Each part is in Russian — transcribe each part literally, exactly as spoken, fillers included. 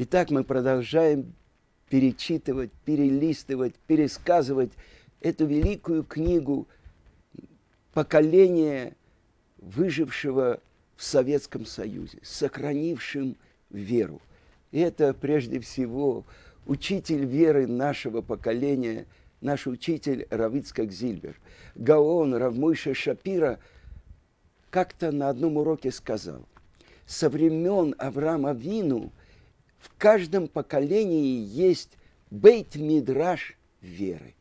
Итак, мы продолжаем перечитывать, перелистывать, пересказывать эту великую книгу поколения выжившего в Советском Союзе, сохранившим веру. И это прежде всего учитель веры нашего поколения, наш учитель Рав Ицхак Зильбер. Гаон Рав Мойше Шапира как-то на одном уроке сказал: со времен Авраама Авину в каждом поколении есть бейт-мидраш веры.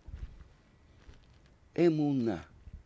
Эмуна.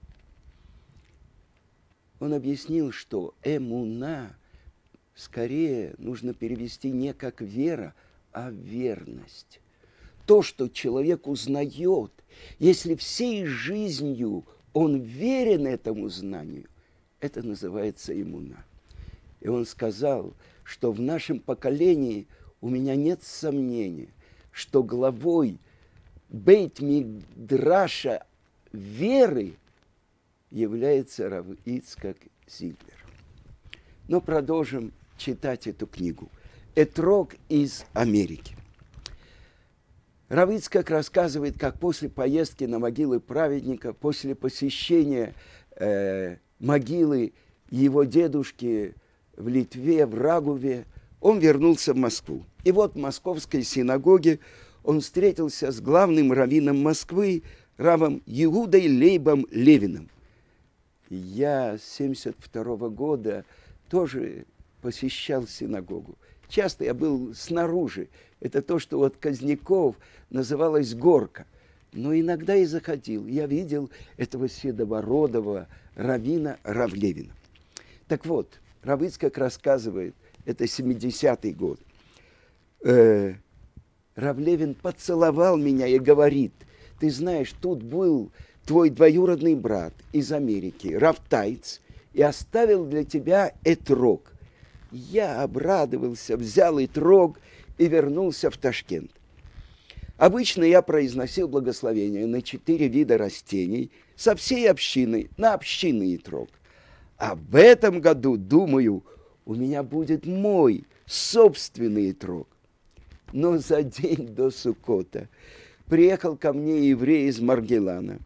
Он объяснил, что эмуна скорее нужно перевести не как вера, а верность. То, что человек узнает, если всей жизнью он верен этому знанию, это называется эмуна. И он сказал, что в нашем поколении у меня нет сомнения, что главой бейт-мидраша веры является Рав Ицхак Зильбер. Но продолжим читать эту книгу. Этрог из Америки. Рав Ицхак рассказывает, как после поездки на могилы праведника, после посещения э, могилы его дедушки в Литве, в Рагуве, он вернулся в Москву. И вот в московской синагоге он встретился с главным раввином Москвы, равом Иудой Лейбом Левиным. Я с семьдесят второго года тоже посещал синагогу. Часто я был снаружи. Это то, что от Казняков называлось горка. Но иногда и заходил. Я видел этого седобородого раввина Рав Левина. Так вот, Рав Ицхак рассказывает, это семидесятый год. Э, Рав Левин поцеловал меня и говорит: ты знаешь, тут был твой двоюродный брат из Америки, Рав Тайц, и оставил для тебя этрог. Я обрадовался, взял этрог и вернулся в Ташкент. Обычно я произносил благословение на четыре вида растений со всей общиной, на общинный этрог. А в этом году, думаю, у меня будет мой собственный этрог. Но за день до Суккота приехал ко мне еврей из Маргелана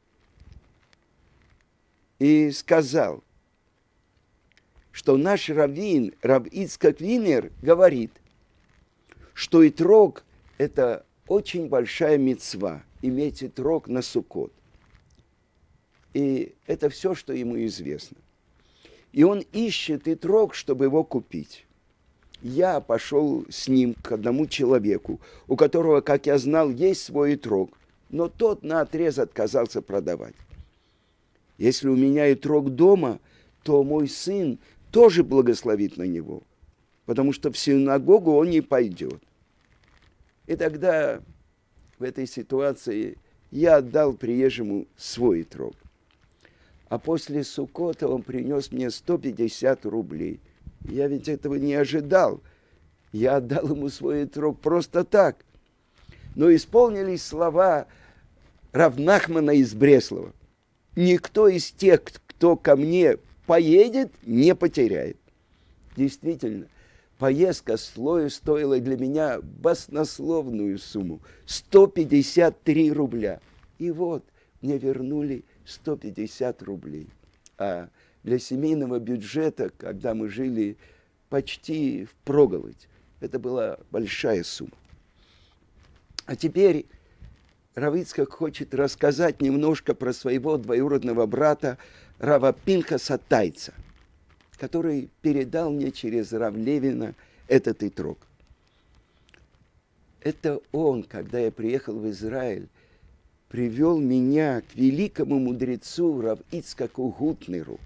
и сказал, что наш раввин, Рав Ицхак Винер, говорит, что этрог – это очень большая мицва, иметь этрог на Суккот. И это все, что ему известно. И он ищет этрог, чтобы его купить. Я пошел с ним к одному человеку, у которого, как я знал, есть свой этрог, но тот наотрез отказался продавать. Если у меня этрог дома, то мой сын тоже благословит на него, потому что в синагогу он не пойдет. И тогда в этой ситуации я отдал приезжему свой этрог. А после Суккота он принес мне сто пятьдесят рублей. Я ведь этого не ожидал. Я отдал ему свой этрог просто так. Но исполнились слова Рав Нахмана из Бреслова. Никто из тех, кто ко мне поедет, не потеряет. Действительно, поездка слою стоила для меня баснословную сумму. сто пятьдесят три рубля. И вот мне вернули сто пятьдесят рублей. А для семейного бюджета, когда мы жили почти впроголодь, это была большая сумма. А теперь Рав Ицхак хочет рассказать немножко про своего двоюродного брата Рава Пинхаса Тайца, который передал мне через Рав Левина этот этрог. Это он, когда я приехал в Израиль, привел меня к великому мудрецу Рав Ицхаку Гутнеру.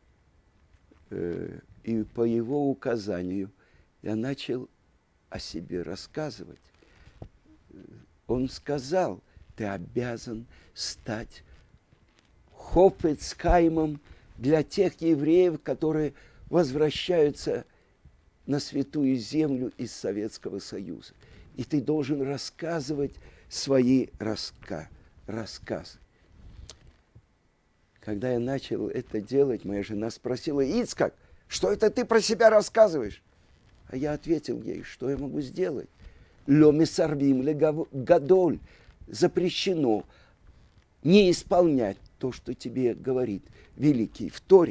И по его указанию я начал о себе рассказывать. Он сказал, ты обязан стать хофец хаимом для тех евреев, которые возвращаются на святую землю из Советского Союза. И ты должен рассказывать свои раска, рассказы. Когда я начал это делать, моя жена спросила, Ицхак, что это ты про себя рассказываешь? А я ответил ей, что я могу сделать? Ло месарвим ле гадоль. Запрещено не исполнять то, что тебе говорит великий в Торе.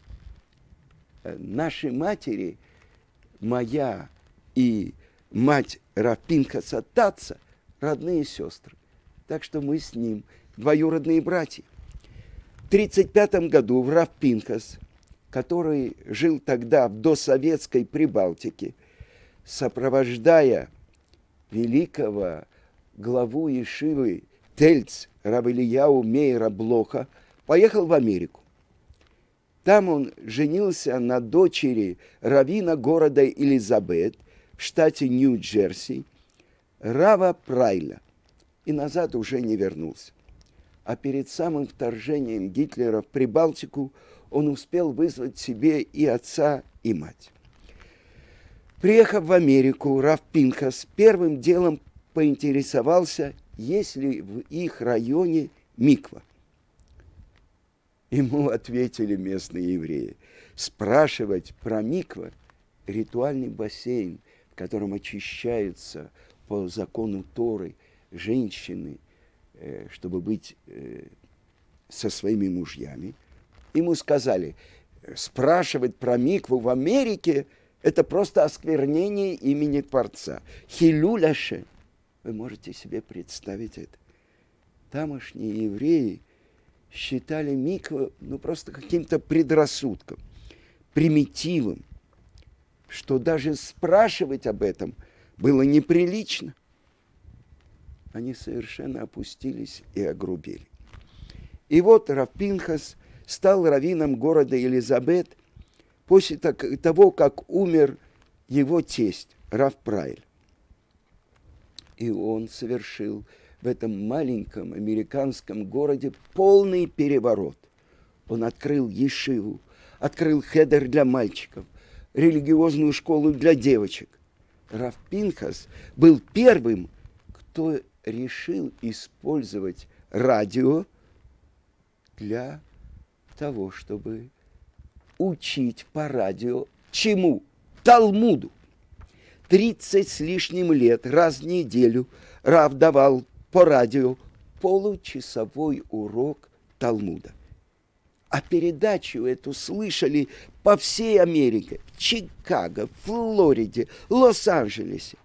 Наши матери, моя и мать рав Пинхаса Татца, родные сестры. Так что мы с ним двоюродные братья. В тридцать пятом году рав Пинхас, который жил тогда в досоветской Прибалтике, сопровождая великого главу Ешивы Тельц рав Ильяу Мейра Блоха, поехал в Америку. Там он женился на дочери раввина города Элизабет в штате Нью-Джерси, рава Прайля, и назад уже не вернулся. А перед самым вторжением Гитлера в Прибалтику он успел вызвать себе и отца, и мать. Приехав в Америку, рав Пинхас первым делом поинтересовался, есть ли в их районе миква. Ему ответили местные евреи. Спрашивать про миква – ритуальный бассейн, в котором очищаются по закону Торы женщины, чтобы быть со своими мужьями. Ему сказали, спрашивать про микву в Америке – это просто осквернение имени Творца. Хилюляше. Вы можете себе представить это? Тамошние евреи считали микву ну, просто каким-то предрассудком, примитивом, что даже спрашивать об этом было неприлично. Они совершенно опустились и огрубели. И вот рав Пинхас стал раввином города Элизабет после того, как умер его тесть, рав Прайль. И он совершил в этом маленьком американском городе полный переворот. Он открыл ешиву, открыл хедер для мальчиков, религиозную школу для девочек. Рав Пинхас был первым, кто решил использовать радио для того, чтобы учить по радио чему? Талмуду. Тридцать с лишним лет раз в неделю рав давал по радио получасовой урок Талмуда. А передачу эту слышали по всей Америке, в Чикаго, Флориде, Лос-Анджелесе.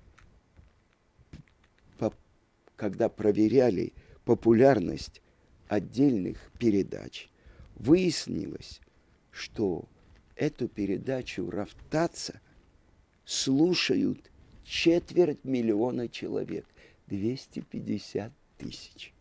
Когда проверяли популярность отдельных передач, выяснилось, что эту передачу рав Татца слушают четверть миллиона человек, двести пятьдесят тысяч.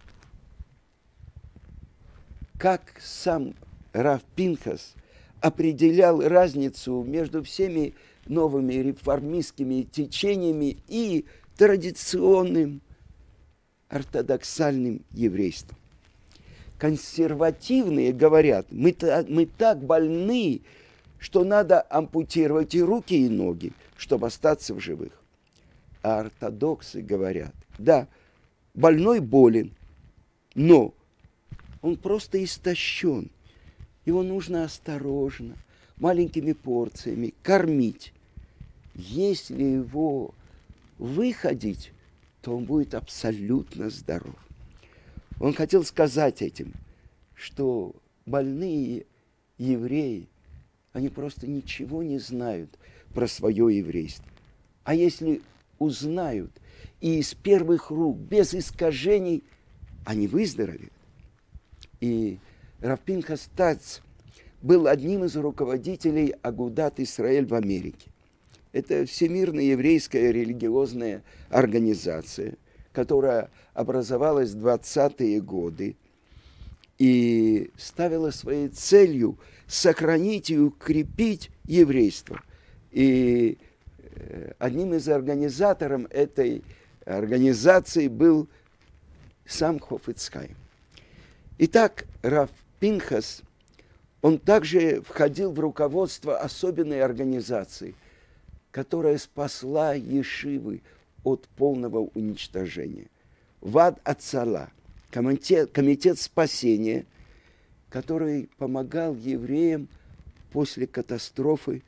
Как сам рав Пинхас определял разницу между всеми новыми реформистскими течениями и традиционным ортодоксальным еврейством. Консервативные говорят, мы, мы так больны, что надо ампутировать и руки, и ноги, чтобы остаться в живых. А ортодоксы говорят, да, больной болен, но он просто истощен. Его нужно осторожно, маленькими порциями кормить. Если его выходить, то он будет абсолютно здоров. Он хотел сказать этим, что больные евреи, они просто ничего не знают про свое еврейство. А если узнают и из первых рук, без искажений, они выздоровеют. И рав Пинхас Татц был одним из руководителей Агудат Исраэль в Америке. Это всемирная еврейская религиозная организация, которая образовалась в двадцатые годы и ставила своей целью сохранить и укрепить еврейство. И одним из организаторов этой организации был сам Хафец Хаим. Итак, рав Пинхас, он также входил в руководство особенной организации, которая спасла ешивы от полного уничтожения. Вад Ацала, комитет, комитет спасения, который помогал евреям после катастрофы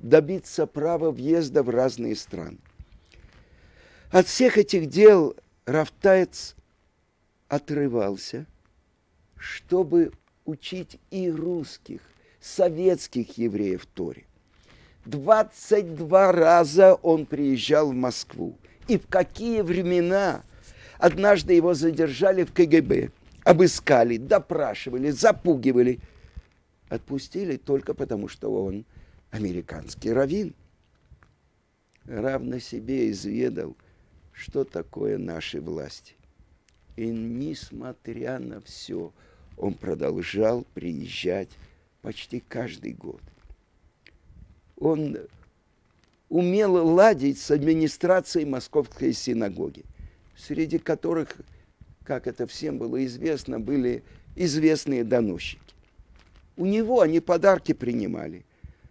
добиться права въезда в разные страны. От всех этих дел Рав Таец отрывался, чтобы учить и русских, советских евреев Торе. двадцать два раза он приезжал в Москву. И в какие времена? Однажды его задержали в ка гэ бэ, обыскали, допрашивали, запугивали. Отпустили только потому, что он американский раввин. Рав на себе изведал, что такое наши власти. И несмотря на все, он продолжал приезжать почти каждый год. Он умел ладить с администрацией Московской синагоги, среди которых, как это всем было известно, были известные доносчики. У него они подарки принимали.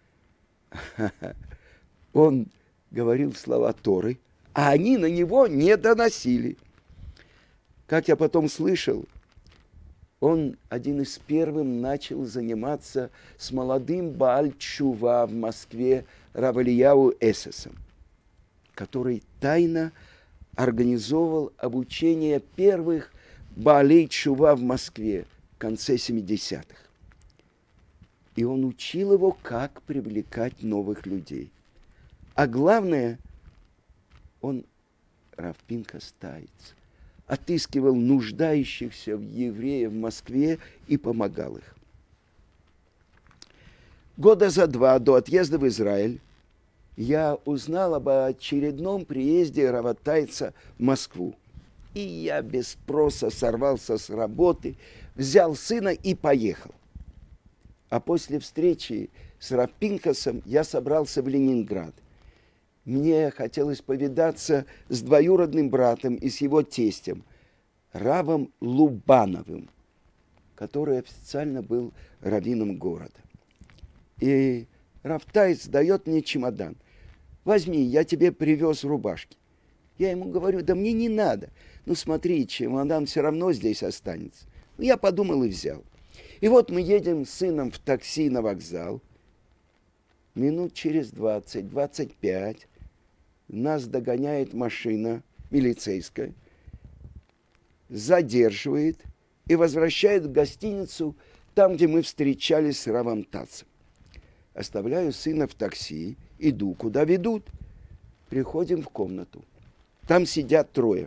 Он говорил слова Торы, а они на него не доносили. Как я потом слышал, он один из первых начал заниматься с молодым Бааль Тшува в Москве Рав Элияу Эсесом, который тайно организовал обучение первых Баалей Тшува в Москве в конце семидесятых. И он учил его, как привлекать новых людей. А главное, он, Рав Пинхас Таец, отыскивал нуждающихся в евреев в Москве и помогал их. Года за два до отъезда в Израиль я узнал об очередном приезде Рава Тайца в Москву. И я без спроса сорвался с работы, взял сына и поехал. А после встречи с Рав Пинхасом я собрался в Ленинград. Мне хотелось повидаться с двоюродным братом и с его тестем, Равом Лубановым, который официально был раввином города. И Рав Таец дает мне чемодан. Возьми, я тебе привез рубашки. Я ему говорю, да мне не надо. Ну смотри, чемодан все равно здесь останется. Ну, я подумал и взял. И вот мы едем с сыном в такси на вокзал. Минут через двадцать, двадцать пять нас догоняет машина милицейская, задерживает и возвращает в гостиницу, там, где мы встречались с Равом Тацем. Оставляю сына в такси, иду, куда ведут. Приходим в комнату. Там сидят трое.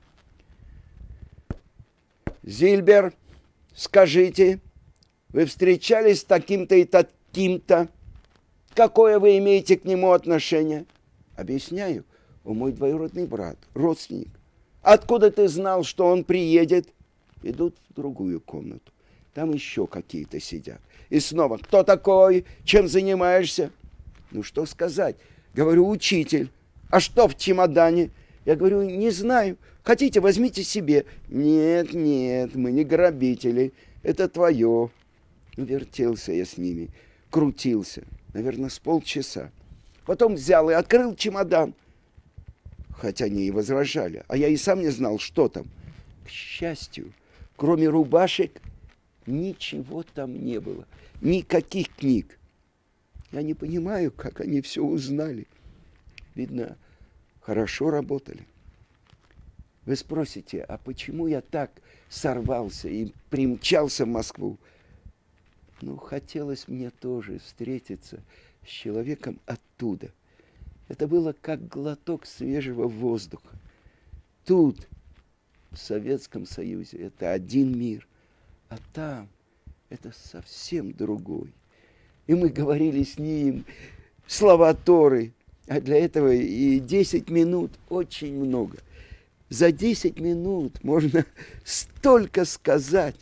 Зильбер, скажите, вы встречались с таким-то и таким-то? Какое вы имеете к нему отношение? Объясняю, он мой двоюродный брат, родственник. Откуда ты знал, что он приедет? Идут в другую комнату. Там еще какие-то сидят. И снова, кто такой? Чем занимаешься? Ну, что сказать? Говорю, учитель. А что в чемодане? Я говорю, не знаю. Хотите, возьмите себе. Нет, нет, мы не грабители. Это твое. Вертелся я с ними, крутился, наверное, с полчаса. Потом взял и открыл чемодан. Хотя они и возражали. А я и сам не знал, что там. К счастью, кроме рубашек, ничего там не было. Никаких книг. Я не понимаю, как они все узнали. Видно, хорошо работали. Вы спросите, а почему я так сорвался и примчался в Москву? Ну, хотелось мне тоже встретиться с человеком оттуда. Это было как глоток свежего воздуха. Тут, в Советском Союзе, это один мир, а там это совсем другой. И мы говорили с ним слова Торы, а для этого и десять минут очень много. За десять минут можно столько сказать.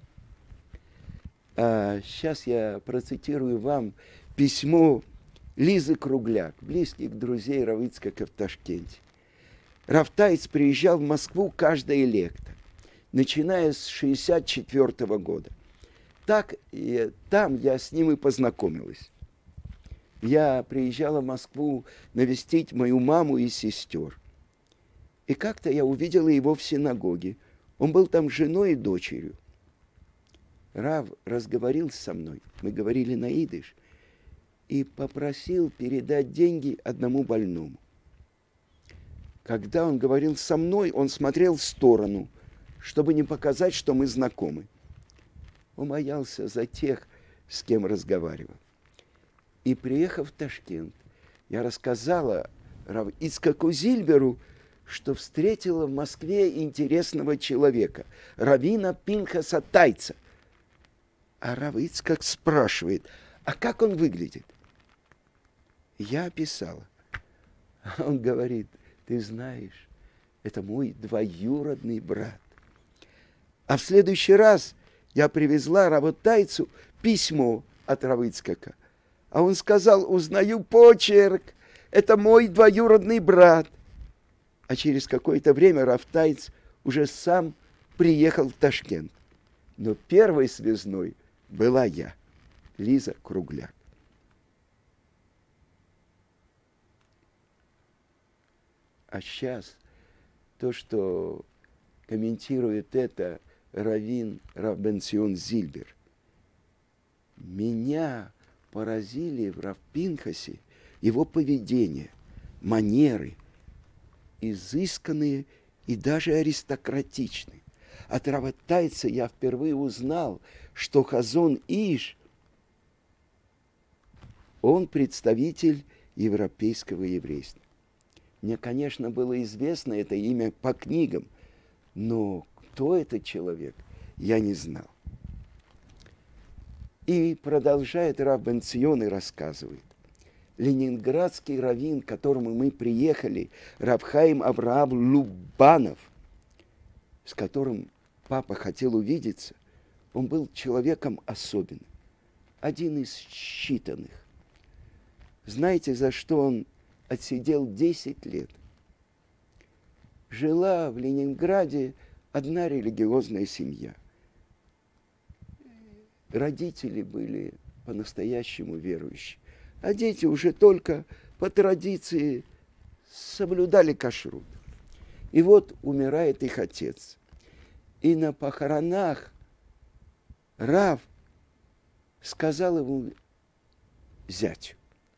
А сейчас я процитирую вам письмо Лизы Кругляк, близких друзей Рава Ицхака в Ташкенте. Рав Таец приезжал в Москву каждое лето, начиная с шестьдесят четвёртого года. Так и там я с ним и познакомилась. Я приезжала в Москву навестить мою маму и сестер. И как-то я увидела его в синагоге. Он был там с женой и дочерью. Рав разговорился со мной. Мы говорили на идиш. и попросил передать деньги одному больному. Когда он говорил со мной, он смотрел в сторону, чтобы не показать, что мы знакомы. Он боялся за тех, с кем разговаривал. И, приехав в Ташкент, я рассказала рав Ицхаку Зильберу, что встретила в Москве интересного человека, раввина Пинхаса Тайца. А рав Ицхак спрашивает, а как он выглядит? Я описала. А он говорит, ты знаешь, это мой двоюродный брат. А в следующий раз я привезла раву Тайцу письмо от рава Ицхака. А он сказал, узнаю почерк, это мой двоюродный брат. А через какое-то время рав Тайц уже сам приехал в Ташкент. Но первой связной была я, Лиза Кругляк. А сейчас то, что комментирует это раввин рав Бен-Цион Зильбер, меня поразили в рав Пинхасе его поведение, манеры, изысканные и даже аристократичные. От рава Тайца я впервые узнал, что Хазон Иш, он представитель европейского еврейства. Мне, конечно, было известно это имя по книгам, но кто этот человек, я не знал. И продолжает рав Бен-Цион и рассказывает. Ленинградский раввин, к которому мы приехали, рав Хаим Авраам Лубанов, с которым папа хотел увидеться, он был человеком особенным, один из считанных. Знаете, за что он отсидел десять лет? Жила в Ленинграде одна религиозная семья. Родители были по-настоящему верующие, а дети уже только по традиции соблюдали кашрут. И вот умирает их отец. И на похоронах рав сказал ему зятю,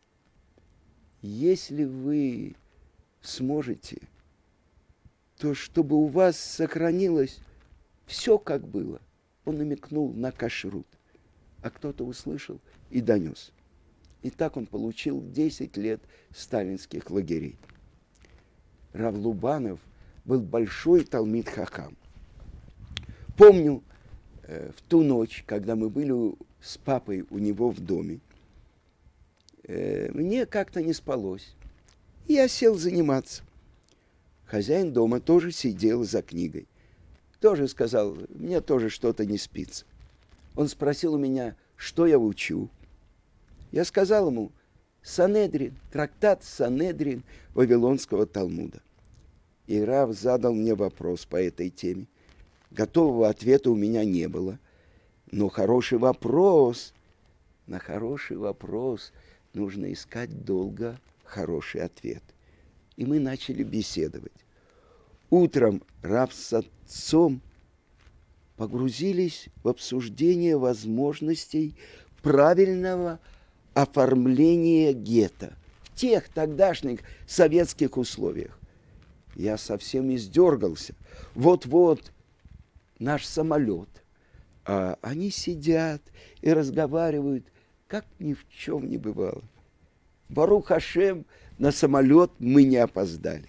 если вы сможете, то чтобы у вас сохранилось все, как было. Он намекнул на кашрут, а кто-то услышал и донес. И так он получил десять лет сталинских лагерей. Рав Лубанов был большой талмид хахам. Помню, э, в ту ночь, когда мы были с папой у него в доме, э, мне как-то не спалось. Я сел заниматься. Хозяин дома тоже сидел за книгой. Тоже сказал, мне тоже что-то не спится. Он спросил у меня, что я учу. Я сказал ему, Санедрин, трактат Санедрин Вавилонского Талмуда. И рав задал мне вопрос по этой теме. Готового ответа у меня не было. Но хороший вопрос, на хороший вопрос нужно искать долго хороший ответ. И мы начали беседовать. Утром рав с отцом погрузились в обсуждение возможностей правильного оформления гетто в тех тогдашних советских условиях. Я совсем издергался. Вот-вот наш самолет. А они сидят и разговаривают, как ни в чем не бывало. Барух Ашем, на самолет мы не опоздали.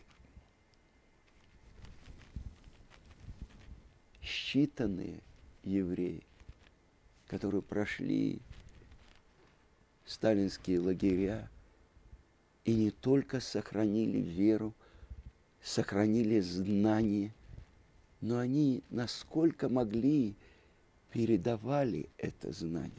Считанные евреи, которые прошли сталинские лагеря и не только сохранили веру, сохранили знания, но они, насколько могли, передавали это знание.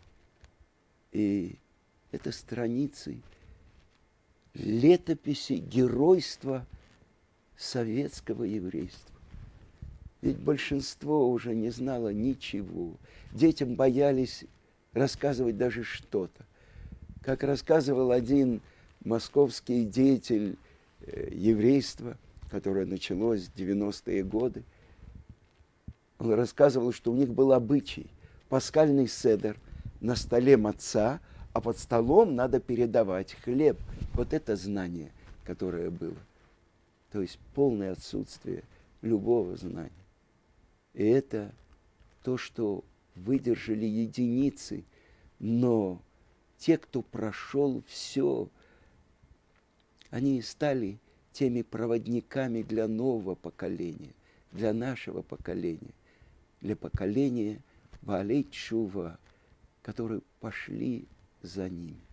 И это страницы летописи геройства советского еврейства. Ведь большинство уже не знало ничего. Детям боялись рассказывать даже что-то. Как рассказывал один московский деятель э, еврейства, которое началось в девяностые годы, он рассказывал, что у них был обычай, пасхальный седер, на столе маца, а под столом надо передавать хлеб. Вот это знание, которое было. То есть полное отсутствие любого знания. И это то, что выдержали единицы, но те, кто прошел все, они стали теми проводниками для нового поколения, для нашего поколения, для поколения Баалей Тшува, которые пошли за ними.